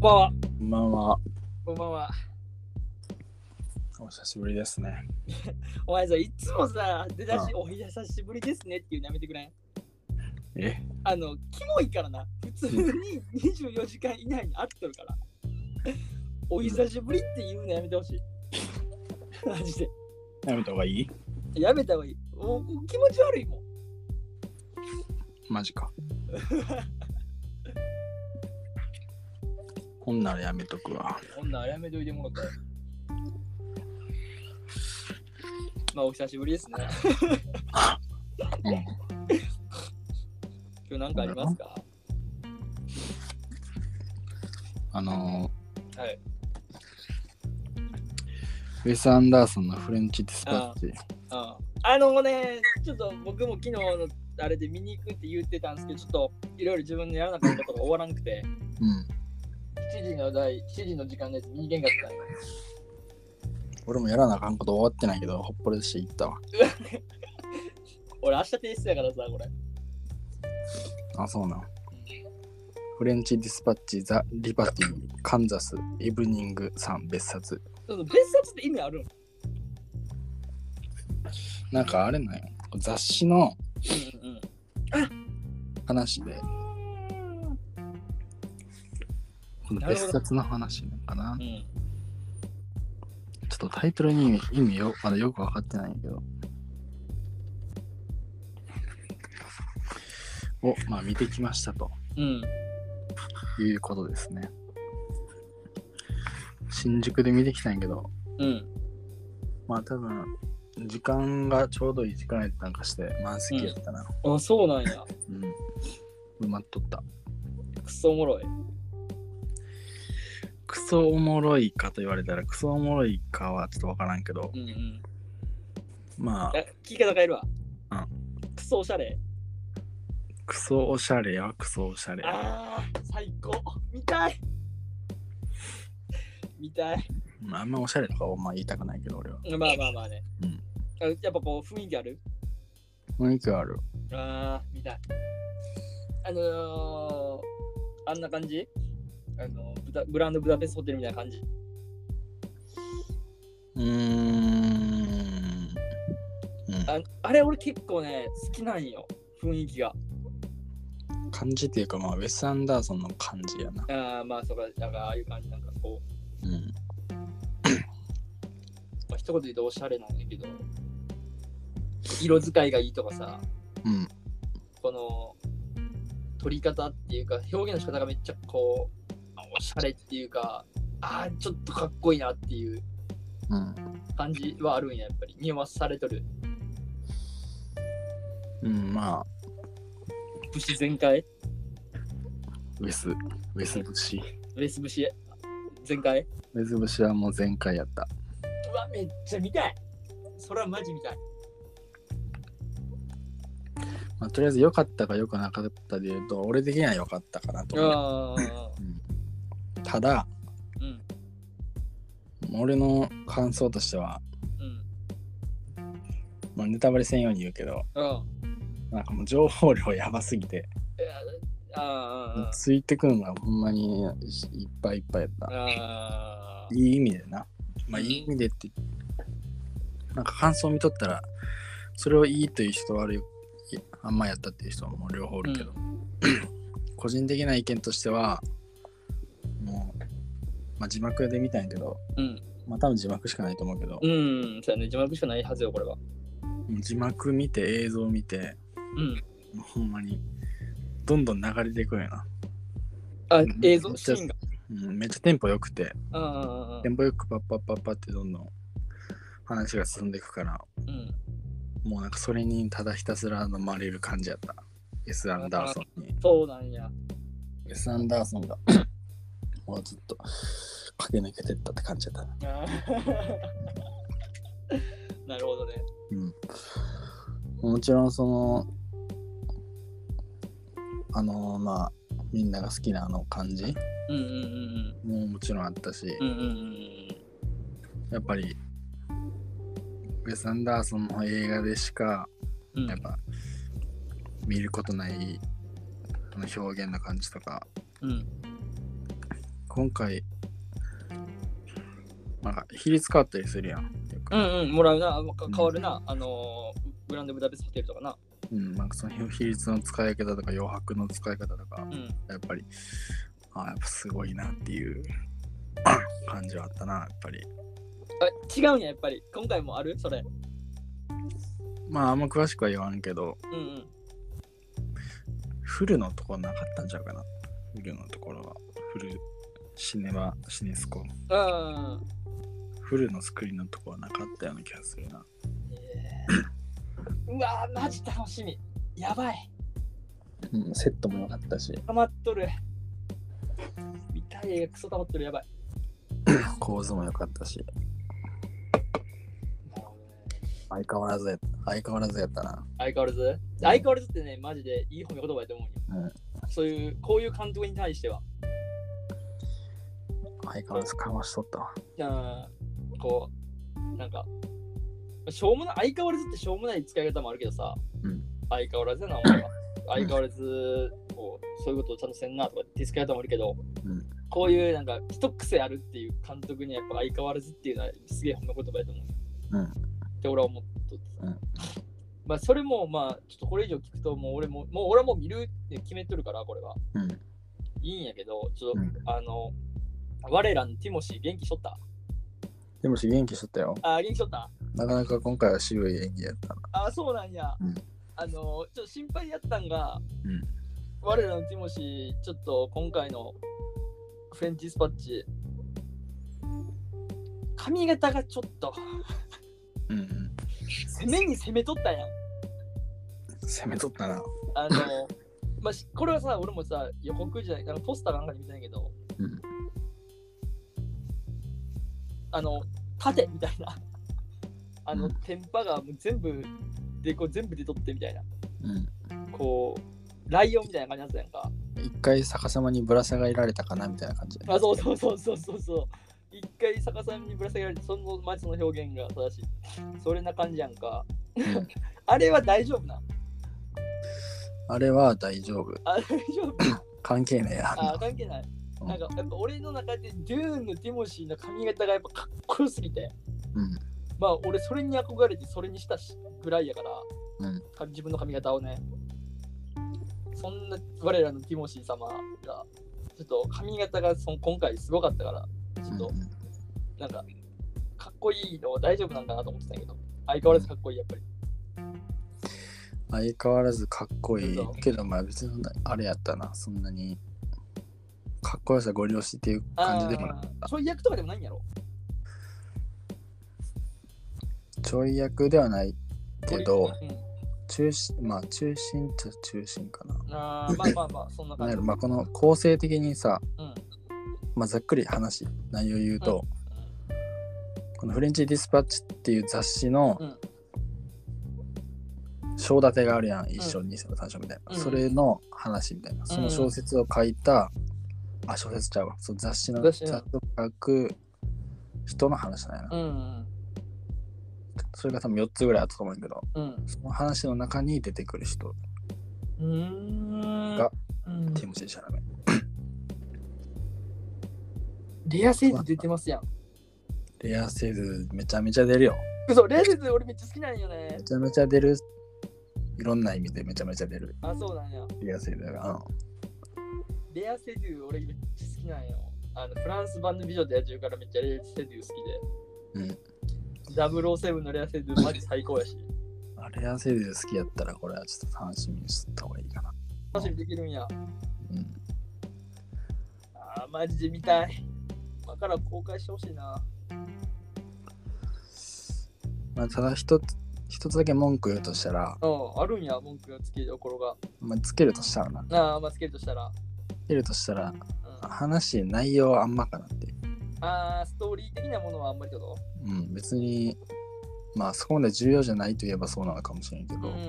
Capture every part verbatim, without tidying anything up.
ばんは。 こんばんは。 こんばんは。 お久しぶりですね。 お前さ、いつもさ、出だし、 うお久しぶりですねっていうのやめてくれん。 えあの、キモいからな。普通ににじゅうよじかん以内に会っとるから。お久しぶりって言うのやめてほしい。マジで。 やめた方がいい？ やめた方がいい。もう気持ち悪いもん。 マジか。ほんならやめとくわ。 こんなんやめといてもらったよ。まあ、お久しぶりですね。 うん。 今日何かありますか？ あのー、はい。 ウェス・アンダーソンのフレンチ・ディスパッチ。 ああ、あのね、ちょっと僕も昨日のあれで見に行くって言ってたんですけど、ちょっといろいろ自分のやらなかったことが終わらなくて、 うん。 しちじの台、しちじの時間のやつ見に行けんかったんよ。 俺もやらなあかんこと終わってないけど、ほっぽりして行ったわ。 俺明日提出やからさ、これ。 あ、そうなん。フレンチ・ディスパッチ・ザ・リバティ、カンザス、イブニングさん別冊。 そうそう、別冊って意味あるん？ なんかあれなんよ。雑誌のうんうん話で、この別冊の話なのかな。 うん。うん。 ちょっとタイトルに意味、意味よまだよく分かってないんやけど。を、まあ見てきましたと。 うん。 いうことですね。新宿で見てきたんやけど、 うん。 まあ多分、時間がちょうどいい時間やったんかして満席やったな。 あ、そうなんや。 うん。埋まっとった。 くそおもろい。 クソおもろいかと言われたら、クソおもろいかはちょっとわからんけど、 うんうん。 まあ、 聞き方変えるわ。 うん。 くそおしゃれ。 クソおしゃれや、クソおしゃれ。 ああ、最高。見たい。見たい。 まあ、あんまおしゃれとかはまあ言いたくないけど、俺は。 まあまあまあね。 うん。 あ、やっぱこう雰囲気ある？ 雰囲気ある。 ああ、見たい。あのー、あんな感じ？あのブタグランドブダペストホテルみたいな感じ。 うーん。うん、 あ, あれ俺結構ね好きなんよ、雰囲気が。 感じっていうか、まあウェス・アンダーソンの感じやな。 ああ、まあそうか、なんかああいう感じ、なんかこう、 うん。 まあ一言で言うとおしゃれなんだけど、色使いがいいとかさ、 うん。 この撮り方っていうか表現の仕方がめっちゃこうおしゃれっていうか、ああちょっとかっこいいなっていう感じはあるんや、やっぱり匂わされとる。 うん、まあ武士全開、 ウェス、ウェス節。 ウェス武士全開。 ウェス節はもう全開やった。 うわ、めっちゃ見たい。それはマジ見たい。 まあ、とりあえず良かったか良くなかったで言うと、俺的には良かったかなと思う。 あうん、ただ、 うん、 俺の感想としては、 うん、 まあ、ネタバレせんように言うけど、 うん、 なんかもう情報量やばすぎて、 あついてくるのがほんまにいっぱいいっぱいやった。 あ、 いい意味でな。まあいい意味でって、なんか感想見とったら、それをいいという人悪い、あんまやったっていう人はもう両方おるけど、うん、個人的な意見としては、もう、まあ字幕で見たんやけど、 うん、 まあ多分字幕しかないと思うけど、 うん、そうやね、字幕しかないはずよ、これは。 字幕見て、映像見て、 うん、 もうほんまに、どんどん流れていくんやな。 あ、映像、シーンが。 うん、めっちゃテンポ良くて、 あテンポよくパッパッパッパってどんどん話が進んでいくから、 うん、 もうなんかそれにただひたすら飲まれる感じやった。ウェス・アンダーソンに。 そうなんや。 ウェス・アンダーソンがもうずっと駆け抜けてったって感じやったな。 なるほどね。 うん。もちろんその、あのまあみんなが好きなあの感じ、 うんうんうんうん、もうもちろんあったし、 うんうんうん、 やっぱりウェス・アンダーソンの映画でしか、うん、やっぱ見ることないあの表現の感じとか、 うん、 今回、なんか比率変わったりするやん。 うんうん、もらうな、変わるな、うん、あのー、グランドブダペストホテルとかな。 うん、なんかその比率の使い方とか余白の使い方とか、 うん、 やっぱり、あやっぱすごいなっていう感じはあったな、やっぱり。 あ、違うんや、やっぱり。今回もあるそれ。 まあ、あんま詳しくは言わんけど、 うんうん、 フルのところなかったんちゃうかな。フルのところは。フル、シネマ、シネスコ。 うん。 フルのスクリーンのところはなかったような気がするな。 えー、うわー、マジ楽しみ。やばい。 うん、セットも良かったし。 溜まっとる。見たい映画クソ溜まっとる、やばい。 構図も良かったし。相変わらずや相変わらずやったな。 相変わらず相変わらずってね、マジでいい褒め言葉やと思うよ。うん、そういう、こういう監督に対しては。 相変わらずかましとったわ。 じゃあ、こう、なんか、しょうもない、相変わらずってしょうもない使い方もあるけどさ、 うん、 相変わらずやな、お前は。相変わらず、こう、そういうことをちゃんとせんなとかって使い方もあるけど、 うん、 こういうなんか一癖あるっていう監督にやっぱ相変わらずっていうのはすげえ褒め言葉やと思う。 うん。 って俺は思っとってさ。 うん、 まあそれもまあちょっとこれ以上聞くともう俺ももう俺はもう見るって決めとるからこれは。 うん、 いいんやけど、ちょっと、 うん、 あの、我らのティモシー元気しとった？ ティモシー元気しとったよ。 あ、元気しとった？ なかなか今回は渋い演技やったな。 あ、そうなんや。 うん、 あの、ちょっと心配やったんが、 うん、 我らのティモシー、ちょっと今回のフレンチスパッチ、髪型がちょっと、 うんうん、 攻めに攻めとったやん。 攻めとったな。 あの、まあ、これはさ、俺もさ、予告じゃない、あのポスターなんかで見てないけど、 うん、 あの、縦みたいな。あの、 うん、 テンパがもう全部、で、こう全部でとってみたいな。 うん、 こう、ライオンみたいな感じなんやんか。 一回逆さまにぶら下がられたかなみたいな感じ。 あ、そうそうそうそうそうそう。一回逆さまにぶら下げられて、そのまずその表現が正しい。それな感じやんか。 うん、 あれは大丈夫な？ あれは大丈夫。 あ、大丈夫関係ねえや。 あ、関係ない。なんかやっぱ俺の中でデューンのティモシーの髪型がやっぱかっこよすぎて、 うん、 まあ俺それに憧れてそれにしたしぐらいやから、 うん、 自分の髪型をね、そんな我らのティモシー様がちょっと髪型がその今回すごかったから、ちょっと、うん、なんかかっこいいの大丈夫なんかなと思ってたんやけど、相変わらずかっこいいやっぱり。 相変わらずかっこいいけど、まあ別にあれやったな、そんなにかっこよさご利用しっていう感じでもなかった。 ちょい役とかでもないんやろ？ ちょい役ではないけど、 うん、 中心、まあ中心っちゃ中心かな。あまあまあまあ、そんな感じ。 まあこの構成的にさ、 うん、 まあざっくり話、内容言うと、うん、このフレンチディスパッチっていう雑誌の、うん章立てがあるやん、一章、二章、三章みたいな、うん、それの話みたいな、その小説を書いた、うん、あ、小説ちゃうわ、その雑誌の雑誌を書く人の話なんやな、うん、それが多分よっつぐらいあったと思うんやけど、うん、その話の中に出てくる人が、うん、ティモシー・シャラメ。 レアセイズ出てますやん。 レアセイズめちゃめちゃ出るよ。 嘘、レアセイズ俺めっちゃ好きなんよね。 めちゃめちゃ出る。いろんな意味でめちゃめちゃ出る。 あ、そうなんや。 レアセドゥが。うん、 レアセドゥ俺めっちゃ好きなんよ。あのフランス版の美女でやってるからめっちゃレアセドゥ好きで。うん。ダブルオーセブンのレアセドゥマジ最高やし。 あ、レアセドゥ好きやったらこれはちょっと楽しみにしとった方がいいかな。 楽しみできるんや。うん。あー、マジで見たい。今から公開してほしいな。 まあ、ただ一つ。一つだけ文句言うとしたら、 うん、あるんや、文句がつけるところが。 まあ、つけるとしたらな。 ああ、まあ、つけるとしたら。 つけるとしたら、うん、話、内容はあんまかなって。 ああ、ストーリー的なものはあんまりけど。 うん、別に、まあ、そこまで重要じゃないといえばそうなのかもしれんけど、うん、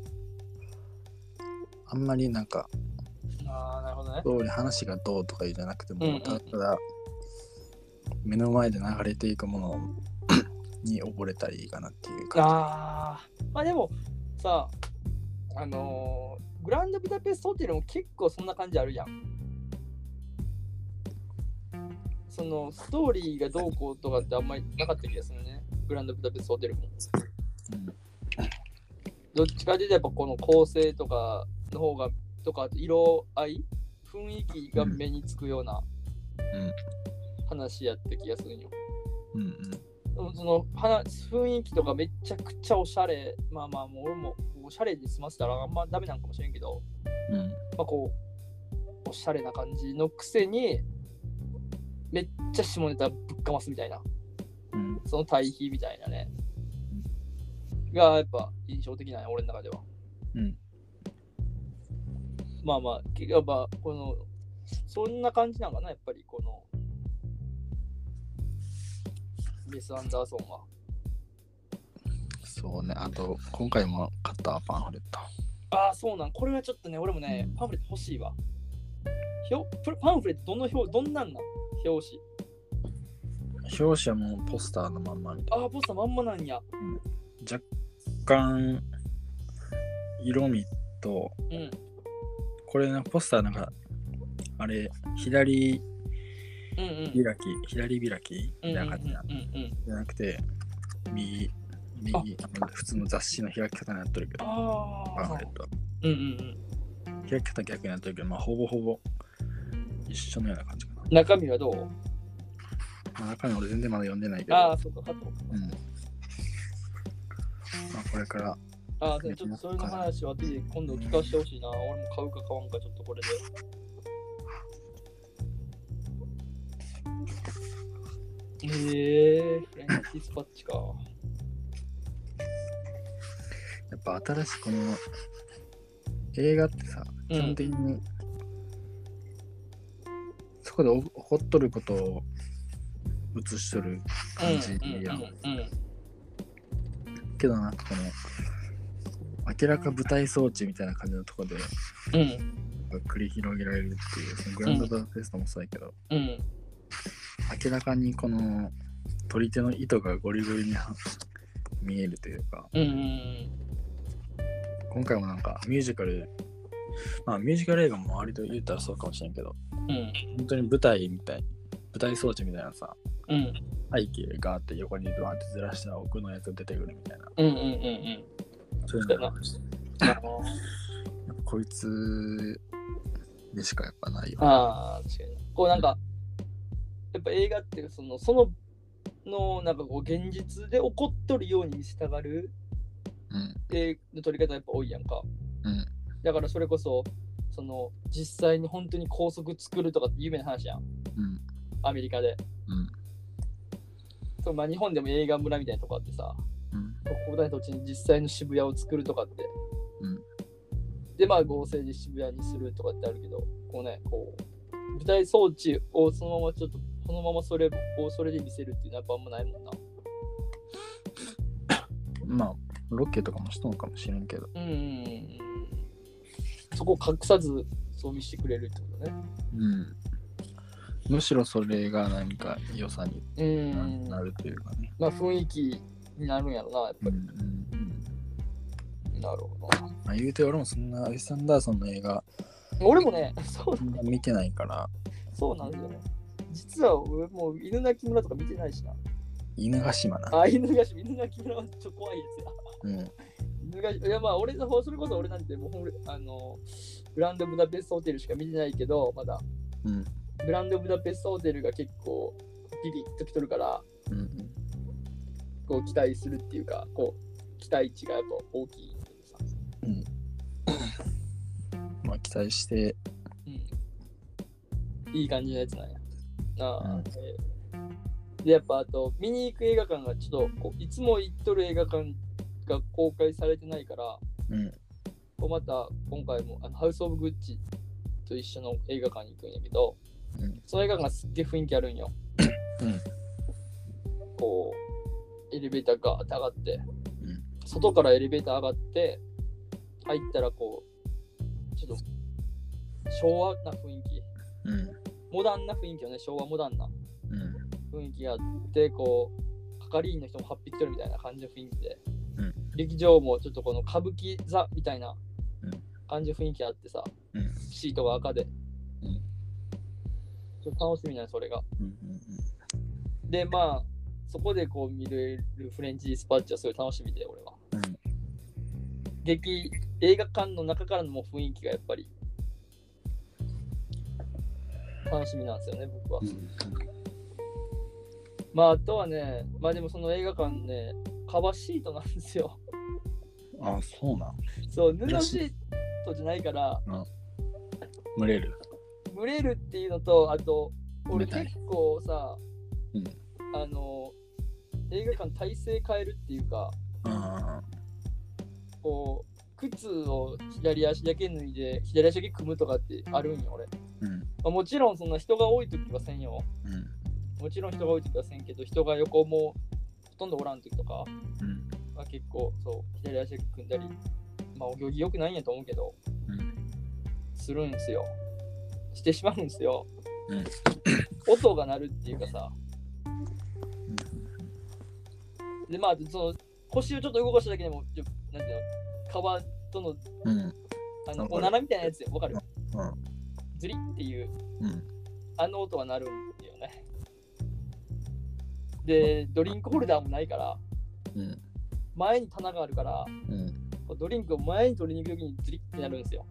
あんまりなんか、 ああ、なるほどね。 ストーリー、話がどうとかじゃなくても、うんうん、ただただ、目の前で流れていくものを、に溺れたらいいかなっていう感じ。 ああ、まあでもさ、あのー、グランドブダペストホテルも結構そんな感じあるやん。 そのストーリーがどうこうとかってあんまりなかった気がするね。グランドブダペストホテルも。うん、どっちかというとやっぱこの構成とかの方がとか色合い雰囲気が目につくような話やった気がするんよ。うんうん、その雰囲気とかめちゃくちゃおしゃれ。まあまあもう俺もおしゃれで済ませたらあんまダメなんかもしれんけど、うん、まあこうおしゃれな感じのくせにめっちゃ下ネタぶっかますみたいな、うん、その対比みたいなね、うん、がやっぱ印象的なんや俺の中では。うん、まあまあやっぱこのそんな感じなんかなやっぱりこのウェス・アンダーソンは。 そうね、あと今回も買ったパンフレット。 ああそうなん、これはちょっとね俺もねパンフレット欲しいわ。パンフレットどの表どんなんなん表紙表紙はもうポスターのまんまみたいな。 ああポスターまんまなんや、 うん、若干色味と、うん、これのポスターなんかあれ左開き、うんうん、左開きみたいな感じじゃなくて右右普通の雑誌の開き方になってるけど、パンフレット、うんうんうん、開き方逆になってるけど、まあほぼほぼ一緒のような感じかな。 中身はどう？ まあ、中身俺全然まだ読んでないけど。 ああ、そうか、カット。うん。まあこれから。 ああ、ちょっとそれの話は後で今度聞かせてほしいな。俺も買うか買わんかちょっとこれで。えー、フレンチディスパッチか。 やっぱ新しいこの映画ってさ、基本的に、うん、そこで起こっとることを映しとる感じやん。けどなんかこの明らか舞台装置みたいな感じのところで、うん、繰り広げられるっていう、そのグランドブダペストもそうやけど、うん、明らかにこの取り手の糸がゴリゴリに見えるというか、うんうん、今回もなんかミュージカル、まあミュージカル映画も割と言ったらそうかもしれんけど、うん、本当に舞台みたい、舞台装置みたいなさ、うん、背景があって横にドワンってずらしたら奥のやつ出てくるみたいな、うんうんうんうん、そういうのがあるし、やっぱこいつでしかやっぱないよ。 ああ、確かに。こうなんかやっぱ映画ってそのそののなんかこう現実で起こっとるように見せたがる、うん、映画の撮り方やっぱ多いやんか、うん、だからそれこそその実際に本当に高速作るとかって有名な話やん、うん、アメリカで、うん、そうまあ日本でも映画村みたいなとこあってさ、うん、広大な土地に実際の渋谷を作るとかって、うん、でまあ合成で渋谷にするとかってあるけど、こうねこう舞台装置をそのままちょっとそのままそれをそれで見せるっていうのはやっぱあんまないもんな。 まあロケとかもしとんのかもしれんけど、うんうんうん、 そこを隠さずそう見せてくれるってことね。 うん。むしろそれが何か良さになるというかね。 まあ雰囲気になるんやろなやっぱり。うんうんうん、なるほど。 まあ言うて俺もそんなウェス・アンダーソンの映画俺もねそうそんな見てないから。 そうなんですよね。実は俺もう犬鳴村とか見てないしな。 犬ヶ島な。 あ、犬ヶ島、犬鳴村はちょっと怖いやつや。うん。犬ヶ島、いやまあ俺の方、それこそ俺なんてもうあのグランドブダペストホテルしか見てないけど、まだ。うん。グランドブダペストホテルが結構ビビッときとるから、うんうん、こう期待するっていうか、こう期待値がやっぱ大きいけどさ。うん。 まあ期待して、 うん、いい感じのやつなんや。ああ、うん、でやっぱあと見に行く映画館がちょっとこういつも行っとる映画館が公開されてないから、うん、こうまた今回もあのハウス・オブ・グッチと一緒の映画館に行くんやけど、うん、その映画館がすっげえ雰囲気あるんよ、うん、こうエレベーターガーって上がって、うん、外からエレベーター上がって入ったらこうちょっと昭和な雰囲気、うん、モダンな雰囲気よね、昭和モダンな、うん、雰囲気があってこう係員の人もはっぴきてるみたいな感じの雰囲気で、うん、劇場もちょっとこの歌舞伎座みたいな感じの雰囲気あってさ、うん、シートが赤で、うん、 ちょっと楽しみなんそれが。 うんうんうん、で、まあ、そこでこう見れるフレンチディスパッチはすごい楽しみで、俺は。 うん、 劇、映画館の中からのもう雰囲気がやっぱり楽しみなんですよね、僕は。うんうん、まあ、あとはね、まあでもその映画館ね、カバーシートなんですよ。 ああ、そうなん。 そう、布シートじゃないから、うん、 蒸れる。 蒸れるっていうのと、あと、俺結構さ、うん、あの、映画館体勢変えるっていうか、うん、こう、靴を左足だけ脱いで、左足だけ組むとかってあるんよ、俺。うんまあ、もちろん、そんな人が多いときはせんよ。うん、もちろん人が多いときはせんけど、人が横もほとんどおらんときとか、うんまあ、結構、そう、左足だけ組んだり、まあ、お行儀良くないんやと思うけど、うん、するんすよ。してしまうんすよ。うん、音が鳴るっていうかさ。うん、で、まあ、その、腰をちょっと動かしただけでも、ちょなんていうの、革との、うん、あの、おならみたいなやつよ、わかる、うん、ズリっていう、うん、あの音は鳴るんだよね。で、ドリンクホルダーもないから、うん、前に棚があるから、うん、ドリンクを前に取りに行くときにズリってなるんですよ。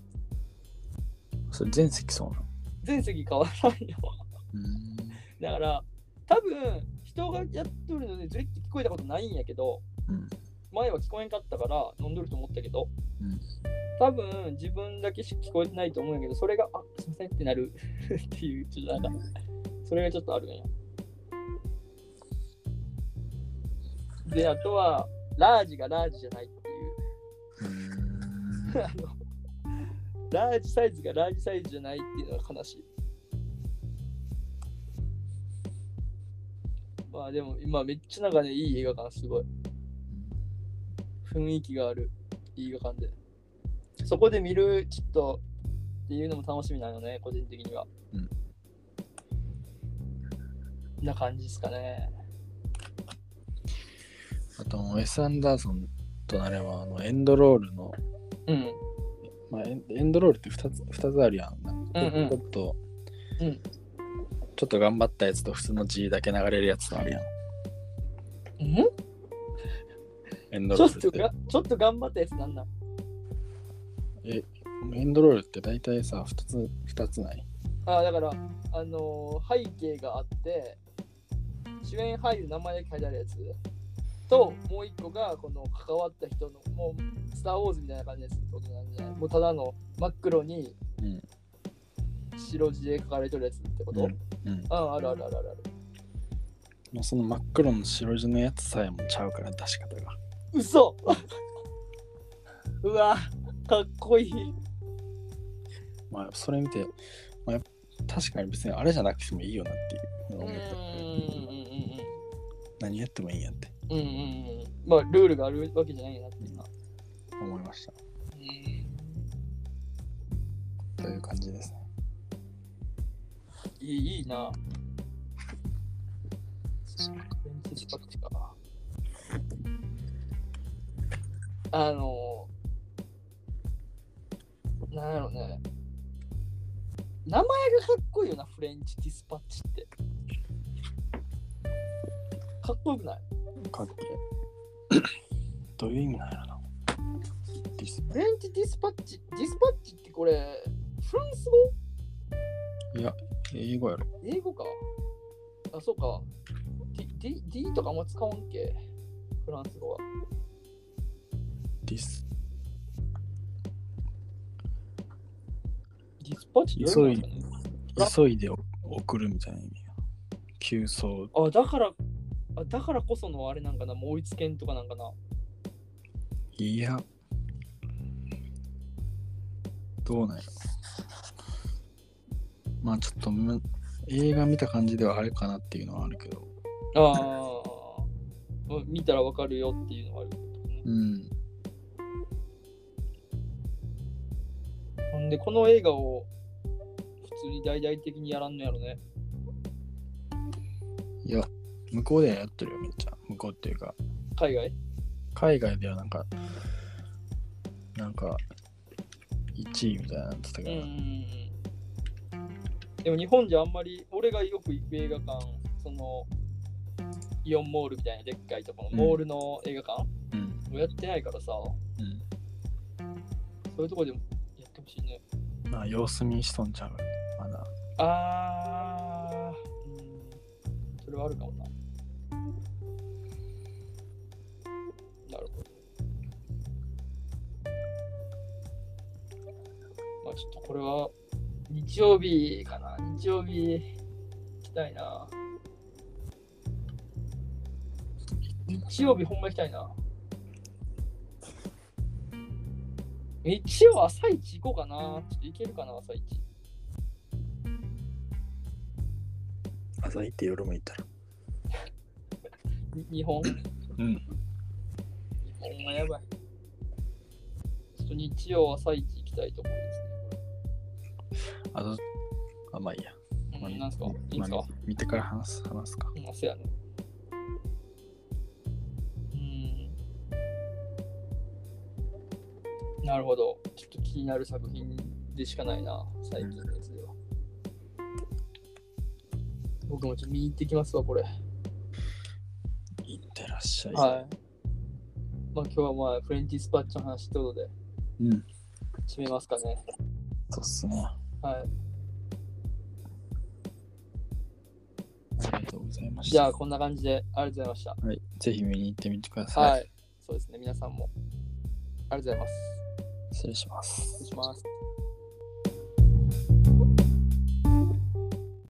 それ全席そうなの？ 全席変わらないよ。うんだから、多分人がやっとるのでズリって聞こえたことないんやけど、うん、前は聞こえんかったから飲んどると思ったけど、うん、多分自分だけしか聞こえてないと思うんやけど、それが、あ、すいませんってなるっていう、ちょっとなんか、それがちょっとあるんや。で、あとは、ラージがラージじゃないっていう。あのラージサイズがラージサイズじゃないっていうのが悲しい。まあでも今めっちゃなんかね、いい映画館すごい。雰囲気がある映画館で。そこで見るちょっとっていうのも楽しみなのね、個人的には。うん。な感じですかね。 あと、ウェス・アンダーソンとなれば、あのエンドロールの、うん。まあ、エンドロールって2つ、二つあるやん。なんかちょっと、うん、ちょっと頑張ったやつと普通の G だけ流れるやつとあるやん。 うんエンドロールってちょっとが。ちょっと頑張ったやつなんだ。 え、エンドロールって大体さ、2つ、二つない？ ああ、だから、あのー、背景があって、主演俳優名前だけ書いてあるやつと、もう一個がこの関わった人の、もうスター・ウォーズみたいな感じですってことなんじゃない？もうただの真っ黒に白地で書かれてるやつってこと？うんうん、あ, あるあるあるある。 もうその真っ黒の白地のやつさえもちゃうから、出し方が。 嘘うわ、かっこいい。 まあ、それ見て、まあ、確かに別にあれじゃなくてもいいよなっていう思った。うんうんうんうん。何やってもいいんやって。 うんうんうん。まあ、ルールがあるわけじゃないなって今思いました。うん。という感じですね。 いい、いいな。ベンチスパッチか。あのー、なんやろね。名前がかっこいいよな、フレンチディスパッチって。かっこよくない？ かっけえ。どういう意味なんやろな。 フレンチディスパッチ、ディスパッチってこれ、フランス語？いや、英語やろ。 英語か。あ、そうか。D, D, D とかあんま使わんっけ？フランス語は。 ディス。 ディスパッチって急い、急いで送るみたいな意味が。急走。 あ、だから、あ、だからこそのあれなんかな、もう追いつけんとかなんかな。 いや。どうなんやろ。まあちょっと映画見た感じではあれかなっていうのはあるけど。 ああ、見たらわかるよっていうのはある、ね。うん。ほんで、この映画を普通に大々的にやらんのやろね。 いや、向こうではやってるよ、めっちゃ。向こうっていうか。 海外？ 海外ではなんか、なんか、いちいみたいなのってたから。うん。 でも日本じゃあんまり、俺がよく行く映画館、その、イオンモールみたいなでっかいところのモールの映画館、うん、もうやってないからさ、うん、そういうところでもやってほしいね。 まあ様子見しとんちゃうまだ。 あー、うん、それはあるかもな。なるほど。まあちょっとこれは日曜日かな。日曜日行きたいな。日曜日ほんま行きたいな。日曜朝一行こうかな。ちょっと行けるかな、朝一。 朝行って夜も行ったら。 日本うん。 日本がやばい。ちょっと日曜朝一行きたいところですね。 あと、あ、まあいいや。 うん、なんすかいいんすか、まあ、 見てから話す、話すか。 うん、そうやね。なるほど。ちょっと気になる作品でしかないな、最近のやつでは。僕もちょっと見に行ってきますわ、これ。 いってらっしゃい。 はい。まあ今日はまあフレンチスパッチの話ってことで、うん。締めますかね。 そうっすね。 はい。 ありがとうございました。 じゃあこんな感じでありがとうございました。 はい。ぜひ見に行ってみてください。 はい。そうですね。皆さんもありがとうございます。 失礼します。 失礼します。